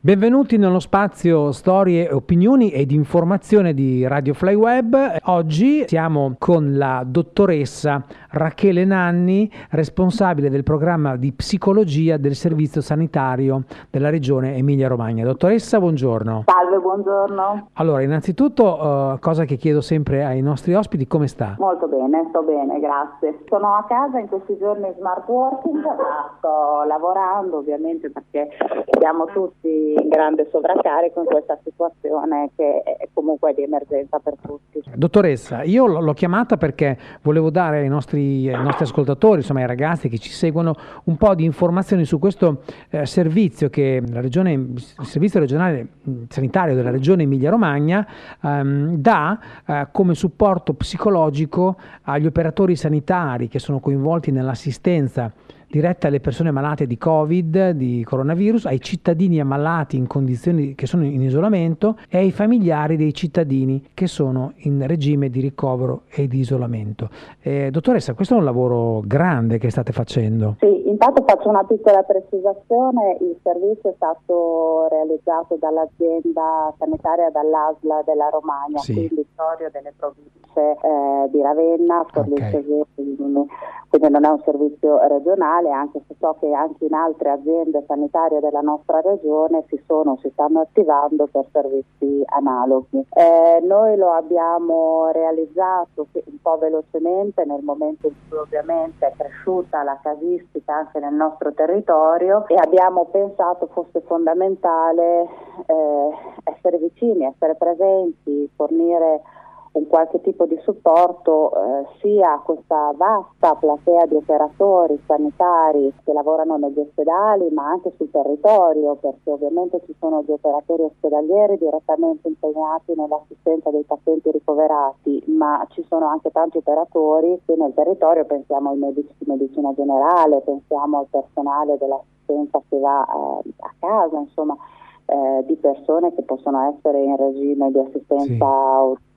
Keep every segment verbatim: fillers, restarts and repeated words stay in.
Benvenuti nello spazio Storie, Opinioni ed Informazione di Radio Flyweb. Oggi siamo con la dottoressa Rachele Nanni, responsabile del programma di psicologia del Servizio Sanitario della Regione Emilia-Romagna. Dottoressa, buongiorno. Salve, buongiorno. Allora, innanzitutto, uh, cosa che chiedo sempre ai nostri ospiti, come sta? Molto bene, sto bene, grazie. Sono a casa in questi giorni smart working, ma sto lavorando ovviamente perché siamo tutti in grande sovraccarico in questa situazione che è comunque di emergenza per tutti. Dottoressa, io l'ho chiamata perché volevo dare ai nostri, ai nostri ascoltatori, insomma ai ragazzi che ci seguono, un po' di informazioni su questo eh, servizio che la regione, il servizio regionale sanitario della regione Emilia-Romagna ehm, dà eh, come supporto psicologico agli operatori sanitari che sono coinvolti nell'assistenza diretta alle persone malate di Covid, di coronavirus, ai cittadini ammalati in condizioni che sono in isolamento e ai familiari dei cittadini che sono in regime di ricovero e di isolamento. Eh, dottoressa, questo è un lavoro grande che state facendo. Sì, intanto faccio una piccola precisazione. Il servizio è stato realizzato dall'azienda sanitaria, dall'A S L A della Romagna, sì. Quindi storia delle province eh, di Ravenna, Okay. quindi non è un servizio regionale, anche se so che anche in altre aziende sanitarie della nostra regione si sono, si stanno attivando per servizi analoghi. Eh, noi lo abbiamo realizzato un po' velocemente nel momento in cui ovviamente è cresciuta la casistica anche nel nostro territorio e abbiamo pensato fosse fondamentale eh, essere vicini, essere presenti, fornire un qualche tipo di supporto eh, sia a questa vasta platea di operatori sanitari che lavorano negli ospedali ma anche sul territorio, perché ovviamente ci sono gli operatori ospedalieri direttamente impegnati nell'assistenza dei pazienti ricoverati, ma ci sono anche tanti operatori che nel territorio, pensiamo ai medici di medicina generale, pensiamo al personale dell'assistenza che va eh, a casa, insomma eh, di persone che possono essere in regime di assistenza Sì.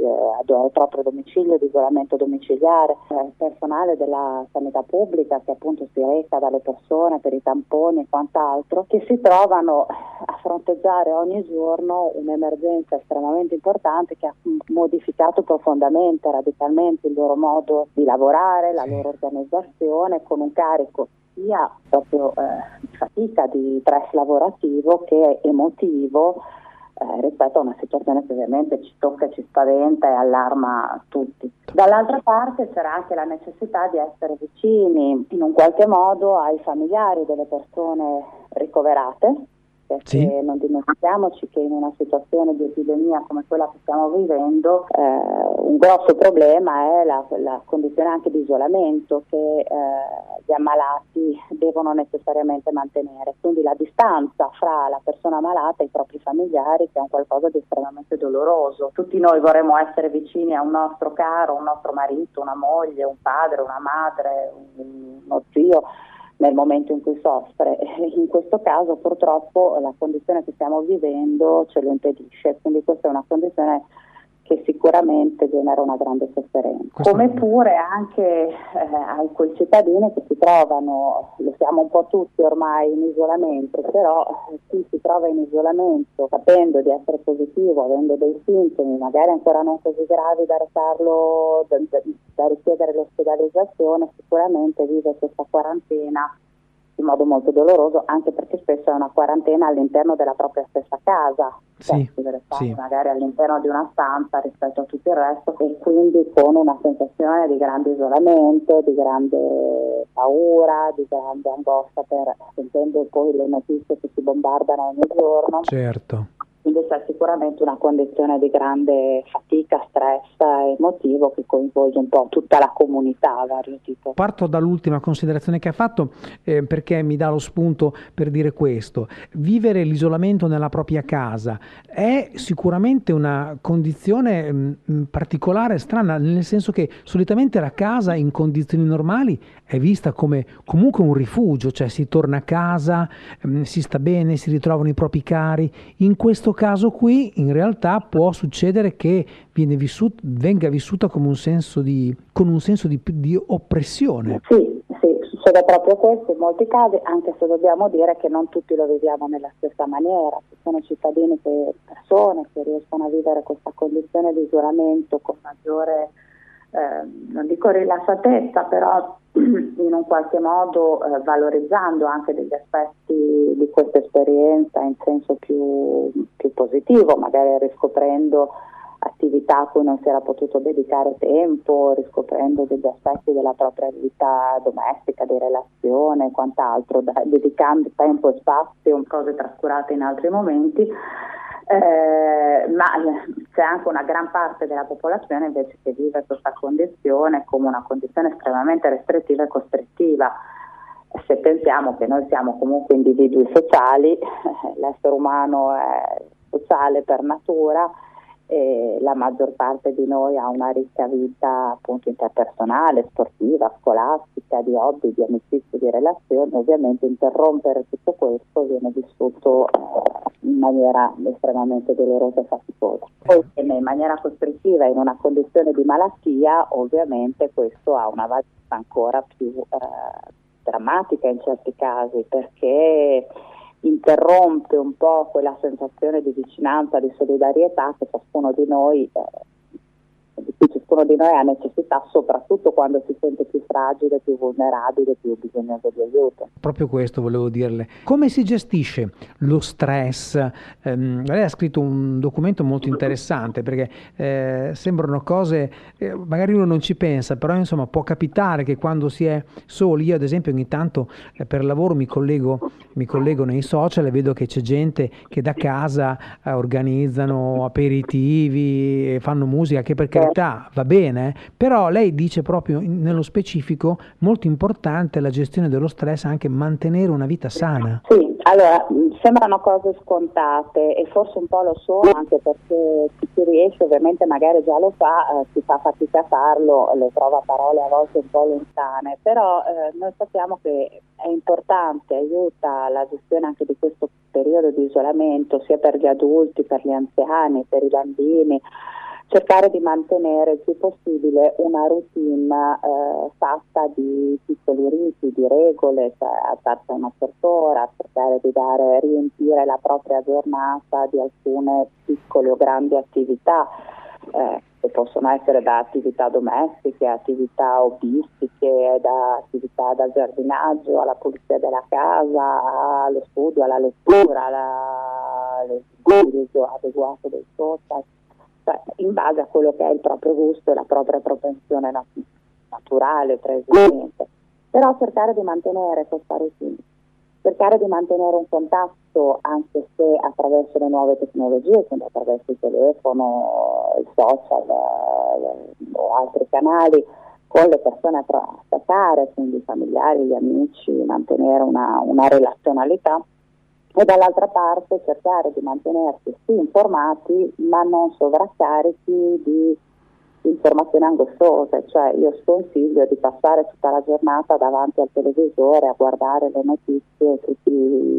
al proprio domicilio, di isolamento domiciliare, eh, personale della sanità pubblica che appunto si reca dalle persone per i tamponi e quant'altro, che si trovano a fronteggiare ogni giorno un'emergenza estremamente importante che ha modificato profondamente, radicalmente il loro modo di lavorare, la Sì. loro organizzazione, con un carico sia proprio eh, di fatica, di stress lavorativo che emotivo, Eh, rispetto a una situazione che ovviamente ci tocca, ci spaventa e allarma tutti. Dall'altra parte c'era anche la necessità di essere vicini in un qualche modo ai familiari delle persone ricoverate, perché Sì. non dimentichiamoci che in una situazione di epidemia come quella che stiamo vivendo eh, un grosso problema è la, la condizione anche di isolamento che eh, gli ammalati devono necessariamente mantenere, quindi la distanza fra la persona malata e i propri familiari, che è un qualcosa di estremamente doloroso. Tutti noi vorremmo essere vicini a un nostro caro, un nostro marito, una moglie, un padre, una madre, un, uno zio nel momento in cui soffre. In questo caso purtroppo la condizione che stiamo vivendo ce lo impedisce, quindi questa è una condizione che sicuramente genera una grande sofferenza. Questo Come è... pure anche eh, ai quei cittadini che si trovano, lo siamo un po' tutti ormai in isolamento, però chi si trova in isolamento sapendo di essere positivo, avendo dei sintomi magari ancora non così gravi da recarlo, da, da richiedere l'ospedalizzazione, sicuramente vive questa quarantena in modo molto doloroso, anche perché spesso è una quarantena all'interno della propria stessa casa, Sì, cioè, sì. magari all'interno di una stanza rispetto a tutto il resto, e quindi con una sensazione di grande isolamento, di grande paura, di grande angoscia, per sentendo poi le notizie che si bombardano ogni giorno. Certo. Quindi c'è sicuramente una condizione di grande fatica, stress emotivo che coinvolge un po' tutta la comunità a vario tipo. Parto dall'ultima considerazione che ha fatto eh, perché mi dà lo spunto per dire questo. Vivere l'isolamento nella propria casa è sicuramente una condizione mh, particolare, strana, nel senso che solitamente la casa in condizioni normali è vista come comunque un rifugio, cioè si torna a casa, mh, si sta bene, si ritrovano i propri cari. In questo caso qui in realtà può succedere che viene vissuto, venga vissuta come un senso di, con un senso di, di oppressione. Sì, sì, Succede proprio questo in molti casi, anche se dobbiamo dire che non tutti lo viviamo nella stessa maniera. Ci sono cittadini, che, persone che riescono a vivere questa condizione di isolamento con maggiore, eh, non dico rilassatezza, però in un qualche modo eh, valorizzando anche degli aspetti di questa esperienza in senso più, più positivo, magari riscoprendo attività a cui non si era potuto dedicare tempo, riscoprendo degli aspetti della propria vita domestica, di relazione e quant'altro, da, dedicando tempo e spazio, cose trascurate in altri momenti, eh, ma c'è anche una gran parte della popolazione invece che vive questa condizione come una condizione estremamente restrittiva e costrittiva. Se pensiamo che noi siamo comunque individui sociali, l'essere umano è sociale per natura, e la maggior parte di noi ha una ricca vita appunto interpersonale, sportiva, scolastica, di hobby, di amicizie, di relazioni. Ovviamente interrompere tutto questo viene vissuto in maniera estremamente dolorosa e faticosa. Poi in maniera costrittiva, in una condizione di malattia, ovviamente questo ha una valenza ancora più eh, drammatica in certi casi, perché interrompe un po' quella sensazione di vicinanza, di solidarietà che ciascuno di noi, eh, di cui ciascuno di noi ha necessità, soprattutto quando si sente più fragile, più vulnerabile, più bisognoso di aiuto. Proprio questo volevo dirle. Come si gestisce lo stress? Ehm, lei ha scritto un documento molto interessante, perché eh, sembrano cose, eh, magari uno non ci pensa, però insomma può capitare che quando si è soli, io ad esempio ogni tanto eh, per lavoro mi collego, mi collego nei social e vedo che c'è gente che da casa eh, organizzano aperitivi, e fanno musica, che per carità va bene, però lei dice proprio in, nello specifico molto importante la gestione dello stress, anche mantenere una vita sana. Sì, allora sembrano cose scontate e forse un po' lo sono, anche perché chi ci riesce ovviamente magari già lo fa, eh, si fa fatica a farlo, le trova parole a volte un po' lontane, però eh, noi sappiamo che è importante, aiuta la gestione anche di questo periodo di isolamento, sia per gli adulti, per gli anziani, per i bambini, cercare di mantenere il più possibile una routine eh, fatta di piccoli riti, di regole, cioè alzarsi a una certa ora, cercare di dare, riempire la propria giornata di alcune piccole o grandi attività, eh, che possono essere da attività domestiche, attività hobbistiche, da attività da giardinaggio alla pulizia della casa, allo studio, alla lettura, alla, all'utilizzo adeguato dei social, cioè, in base a quello che è il proprio gusto e la propria propensione nat- naturale, preesistente. Però cercare di mantenere questa routine, cercare di mantenere un contatto, anche se attraverso le nuove tecnologie, quindi attraverso il telefono, il social eh, o altri canali, con le persone a trattare, quindi i familiari, gli amici, mantenere una, una relazionalità. E dall'altra parte cercare di mantenersi sì informati, ma non sovraccarichi di informazioni angosciose, cioè io sconsiglio di passare tutta la giornata davanti al televisore a guardare le notizie, tutti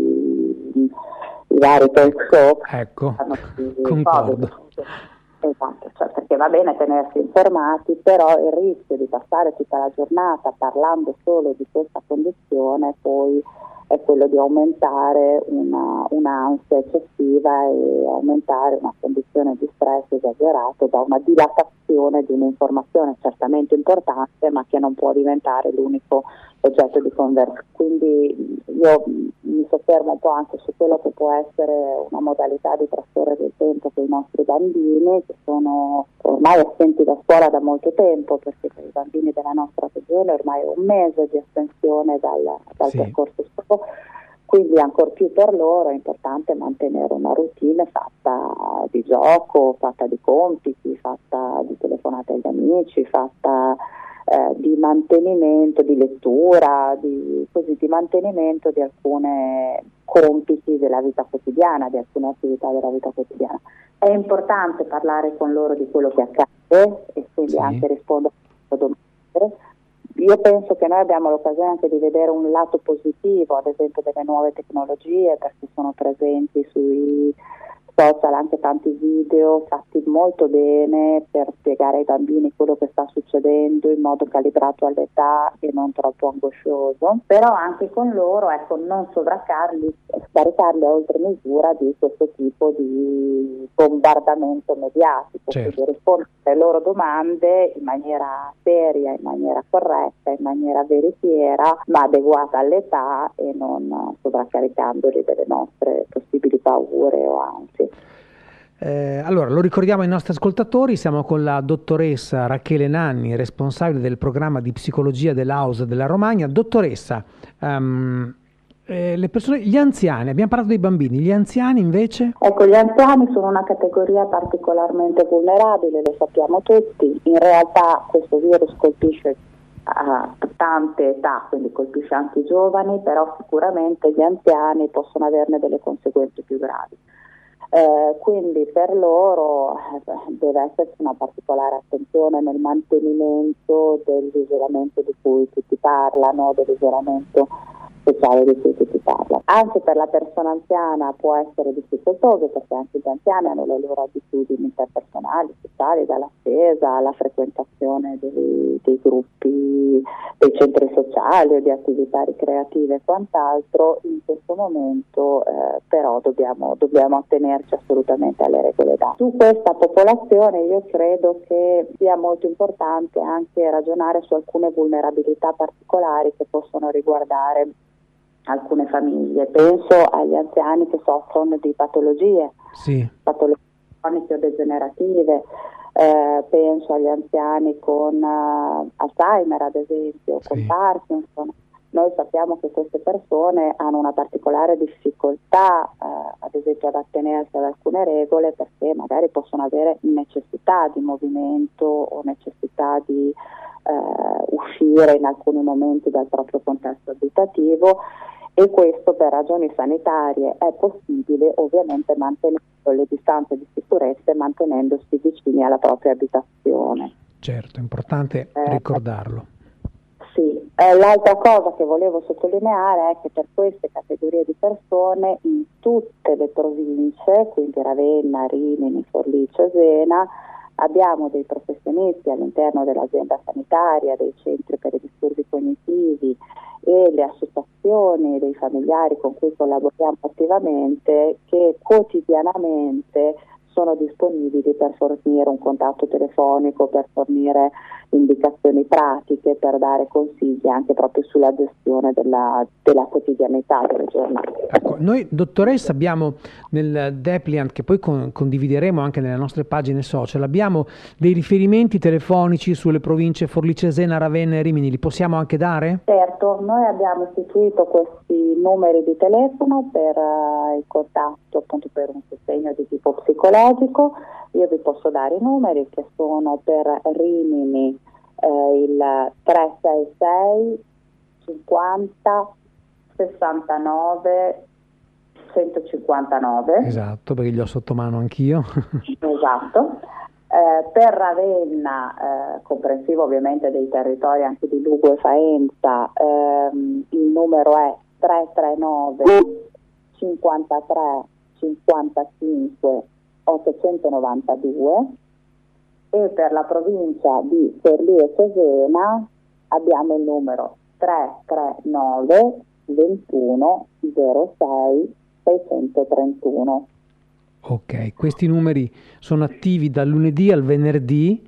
i, i vari talk show. Ecco, concordo. Esatto, cioè perché va bene tenersi informati, però il rischio di passare tutta la giornata parlando solo di questa condizione poi è quello di aumentare una, un'ansia eccessiva e aumentare una condizione di stress esagerato da una dilatazione di un'informazione certamente importante, ma che non può diventare l'unico oggetto di conversazione. Quindi io mi soffermo un po' anche su quello che può essere una modalità di trascorrere il tempo con i nostri bambini, che sono ormai assenti da scuola da molto tempo, perché per i bambini della nostra regione ormai è un mese di astensione dal, dal sì. percorso scolastico. Quindi ancor più per loro è importante mantenere una routine fatta di gioco, fatta di compiti, fatta di telefonate agli amici, fatta eh, di mantenimento, di lettura, di, così, di mantenimento di alcune compiti della vita quotidiana, di alcune attività della vita quotidiana. È importante parlare con loro di quello che accade e quindi sì. anche rispondere a domande. Io penso che noi abbiamo l'occasione anche di vedere un lato positivo, ad esempio delle nuove tecnologie, perché sono presenti sui social anche tanti video fatti molto bene per spiegare ai bambini quello che sta succedendo in modo calibrato all'età e non troppo angoscioso, però anche con loro, ecco, non sovraccarli, scaricarli a oltre misura di questo tipo di bombardamento mediatico, certo. Quindi rispondere alle loro domande in maniera seria, in maniera corretta, in maniera veritiera, ma adeguata all'età e non sovraccaricandoli delle nostre possibili paure o ansie. Eh, allora, lo ricordiamo ai nostri ascoltatori, siamo con la dottoressa Rachele Nanni, responsabile del programma di psicologia dell'A U S della Romagna. Dottoressa, um, eh, le persone, gli anziani, abbiamo parlato dei bambini, gli anziani invece? Ecco, gli anziani sono una categoria particolarmente vulnerabile, lo sappiamo tutti. In realtà questo virus colpisce a tante età, quindi colpisce anche i giovani, però sicuramente gli anziani possono averne delle conseguenze più gravi. Eh, quindi per loro eh, deve esserci una particolare attenzione nel mantenimento dell'isolamento di cui tutti parlano, dell'isolamento sociale di cui tutti parlano. Anche per la persona anziana può essere difficoltoso, perché anche gli anziani hanno le loro abitudini interpersonali, sociali, dalla spesa alla frequentazione dei, dei gruppi, dei centri sociali o di attività ricreative e quant'altro. In questo momento eh, però dobbiamo, dobbiamo attenerci assolutamente alle regole d'A. Su questa popolazione io credo che sia molto importante anche ragionare su alcune vulnerabilità particolari che possono riguardare alcune famiglie. Penso agli anziani che soffrono di patologie, sì. patologie croniche o degenerative, eh, penso agli anziani con uh, Alzheimer ad esempio, sì. con Parkinson. Noi sappiamo che queste persone hanno una particolare difficoltà eh, ad esempio ad attenersi ad alcune regole, perché magari possono avere necessità di movimento o necessità di eh, uscire in alcuni momenti dal proprio contesto abitativo, e questo per ragioni sanitarie è possibile ovviamente mantenendo le distanze di sicurezza e mantenendosi vicini alla propria abitazione. Certo, è importante eh, ricordarlo. Sì, eh, l'altra cosa che volevo sottolineare è che per queste categorie di persone in tutte le province, quindi Ravenna, Rimini, Forlì, Cesena, abbiamo dei professionisti all'interno dell'azienda sanitaria, dei centri per i disturbi cognitivi e le associazioni dei familiari con cui collaboriamo attivamente, che quotidianamente sono disponibili per fornire un contatto telefonico, per fornire indicazioni pratiche, per dare consigli anche proprio sulla gestione della, della quotidianità delle giornate. Ecco, noi dottoressa abbiamo nel Depliant, che poi con, condivideremo anche nelle nostre pagine social, abbiamo dei riferimenti telefonici sulle province Forlì, Cesena, Ravenna e Rimini, li possiamo anche dare? Certo, noi abbiamo istituito questi numeri di telefono per uh, il contatto, appunto per un sostegno di tipo psicologico. Io vi posso dare i numeri che sono per Rimini eh, il tre sei sei cinquanta sessantanove centocinquantanove. Esatto, perché li ho sotto mano anch'io. Esatto. Eh, per Ravenna, eh, comprensivo ovviamente dei territori anche di Lugo e Faenza, ehm, il numero è tre tre nove cinquantatré cinquantacinque ottocentonovantadue, e per la provincia di Forlì e Cesena abbiamo il numero tre tre nove ventuno zero sei seicentotrentuno. Ok, questi numeri sono attivi dal lunedì al venerdì?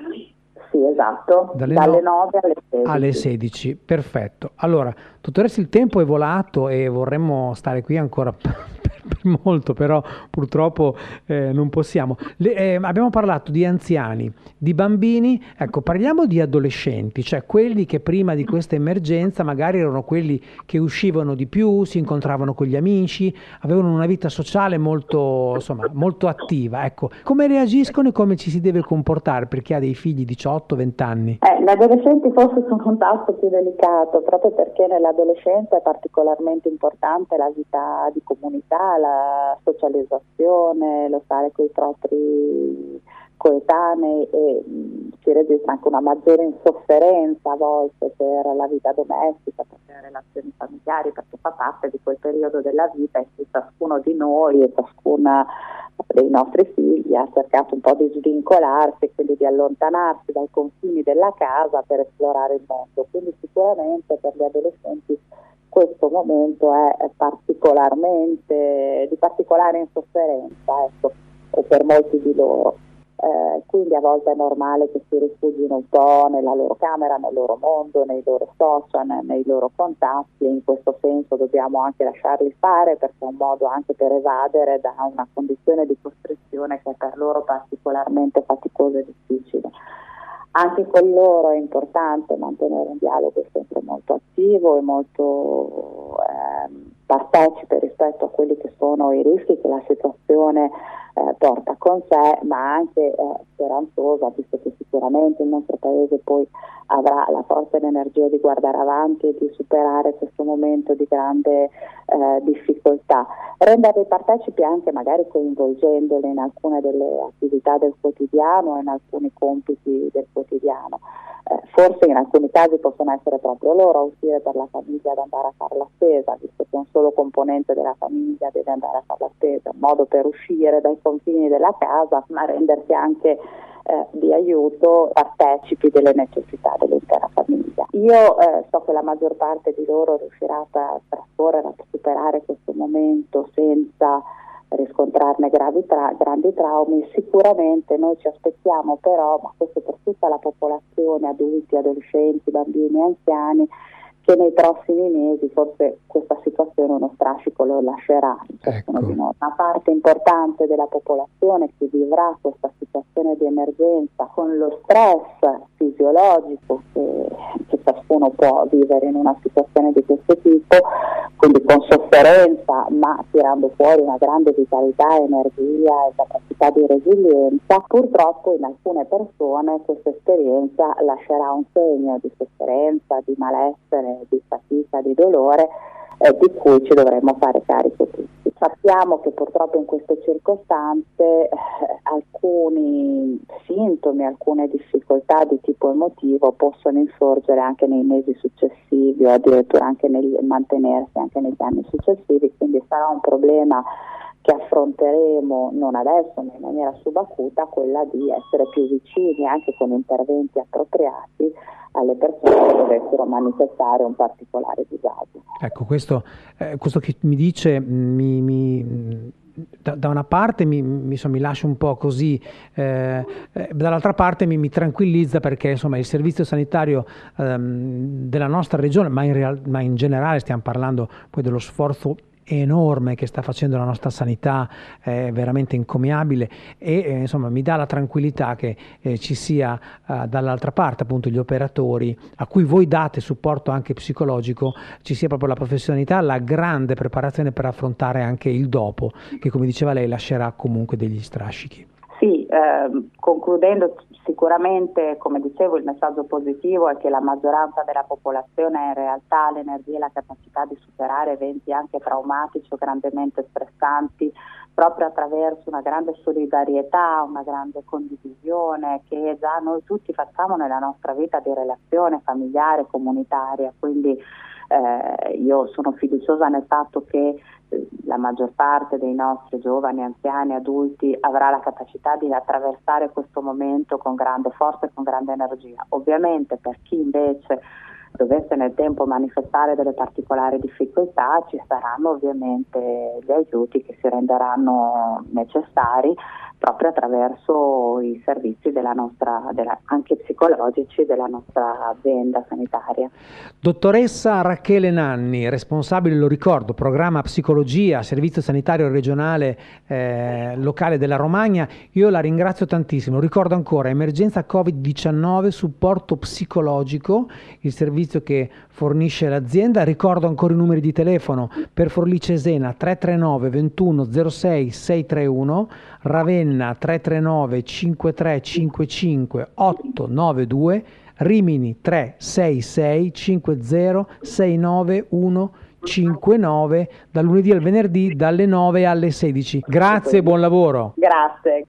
Sì, esatto, dalle, dalle no- nove alle sedici. Alle sedici, perfetto. Allora, dottoressa, il tempo è volato e vorremmo stare qui ancora per molto, però purtroppo eh, non possiamo. Le, eh, abbiamo parlato di anziani, di bambini, ecco, parliamo di adolescenti, cioè quelli che prima di questa emergenza magari erano quelli che uscivano di più, si incontravano con gli amici, avevano una vita sociale molto, insomma, molto attiva. Ecco, come reagiscono e come ci si deve comportare per chi ha dei figli di diciotto venti anni? Eh, gli adolescenti forse sono un tasto più delicato, proprio perché nell'adolescenza è particolarmente importante la vita di comunità, la socializzazione, lo stare con i propri coetanei, e mh, si registra anche una maggiore insofferenza a volte per la vita domestica, per le relazioni familiari, perché fa parte di quel periodo della vita in cui ciascuno di noi e ciascuna dei nostri figli, ha cercato un po' di svincolarsi, quindi di allontanarsi dai confini della casa per esplorare il mondo. Quindi sicuramente per gli adolescenti questo momento è particolarmente di particolare insofferenza, ecco, o per molti di loro. Eh, quindi a volte è normale che si rifugino un po' nella loro camera, nel loro mondo, nei loro social, nei loro contatti, e in questo senso dobbiamo anche lasciarli fare, perché è un modo anche per evadere da una condizione di costrizione che è per loro particolarmente faticosa e difficile. Anche con loro è importante mantenere un dialogo sempre molto attivo e molto eh, partecipe rispetto a quelli che sono i rischi che la situazione eh, porta con sé, ma anche eh, speranzosa, visto che sicuramente il nostro paese poi avrà la forza e l'energia di guardare avanti e di superare questo momento di grande eh, difficoltà. Renderli partecipi anche magari coinvolgendoli in alcune delle attività del quotidiano e in alcuni compiti del quotidiano. Eh, forse in alcuni casi possono essere proprio loro a uscire per la famiglia ad andare a fare la spesa, visto che un solo componente della famiglia deve andare a fare la spesa, un modo per uscire dai confini della casa, ma rendersi anche eh, di aiuto, partecipi delle necessità dell'intera famiglia. Io eh, so che la maggior parte di loro riuscirà a trascorrere, a superare questo momento senza riscontrarne gravi tra- grandi traumi. Sicuramente noi ci aspettiamo però, ma questo per tutta la popolazione, adulti, adolescenti, bambini e anziani, che nei prossimi mesi forse questa situazione uno strascico lo lascerà. Ecco. Una parte importante della popolazione che vivrà questa situazione di emergenza con lo stress fisiologico che, che ciascuno può vivere in una situazione di questo tipo, quindi con sofferenza ma tirando fuori una grande vitalità, energia e capacità di resilienza. Purtroppo in alcune persone questa esperienza lascerà un segno di sofferenza, di malessere, di fatica, di dolore, eh, di cui ci dovremmo fare carico tutti. Sappiamo che purtroppo in queste circostanze eh, alcuni sintomi, alcune difficoltà di tipo emotivo possono insorgere anche nei mesi successivi o addirittura anche nel mantenersi anche negli anni successivi, quindi sarà un problema che affronteremo non adesso ma in maniera subacuta, quella di essere più vicini anche con interventi appropriati alle persone che dovessero manifestare un particolare disagio. Ecco, questo, eh, questo che mi dice mi, mi, da, da una parte mi, mi, insomma, mi lascia un po' così, eh, eh, dall'altra parte mi, mi tranquillizza, perché insomma il servizio sanitario ehm, della nostra regione, ma in, real, ma in generale stiamo parlando poi dello sforzo enorme che sta facendo la nostra sanità, è veramente encomiabile, e eh, insomma mi dà la tranquillità che eh, ci sia eh, dall'altra parte appunto gli operatori a cui voi date supporto anche psicologico, ci sia proprio la professionalità, la grande preparazione per affrontare anche il dopo, che come diceva lei lascerà comunque degli strascichi. Sì, eh, concludendo, sicuramente, come dicevo, il messaggio positivo è che la maggioranza della popolazione ha in realtà l'energia e la capacità di superare eventi anche traumatici o grandemente stressanti proprio attraverso una grande solidarietà, una grande condivisione che già noi tutti facciamo nella nostra vita di relazione familiare, comunitaria. Quindi eh, io sono fiduciosa nel fatto che la maggior parte dei nostri giovani, anziani, adulti avrà la capacità di attraversare questo momento con grande forza e con grande energia. Ovviamente per chi invece dovesse nel tempo manifestare delle particolari difficoltà, ci saranno ovviamente gli aiuti che si renderanno necessari proprio attraverso i servizi della nostra, della, anche psicologici della nostra azienda sanitaria. Dottoressa Rachele Nanni, responsabile, lo ricordo, programma psicologia, servizio sanitario regionale eh, locale della Romagna, io la ringrazio tantissimo. Ricordo ancora emergenza covid diciannove, supporto psicologico, il servizio che fornisce l'azienda. Ricordo ancora i numeri di telefono per Forlì Cesena tre tre nove ventuno zero sei sei tre uno, Ravenna tre tre nove cinque tre cinque cinque otto nove due, Rimini tre sei sei cinque zero sei nove uno cinque nove, dal lunedì al venerdì dalle nove alle sedici. Grazie e buon lavoro. Grazie.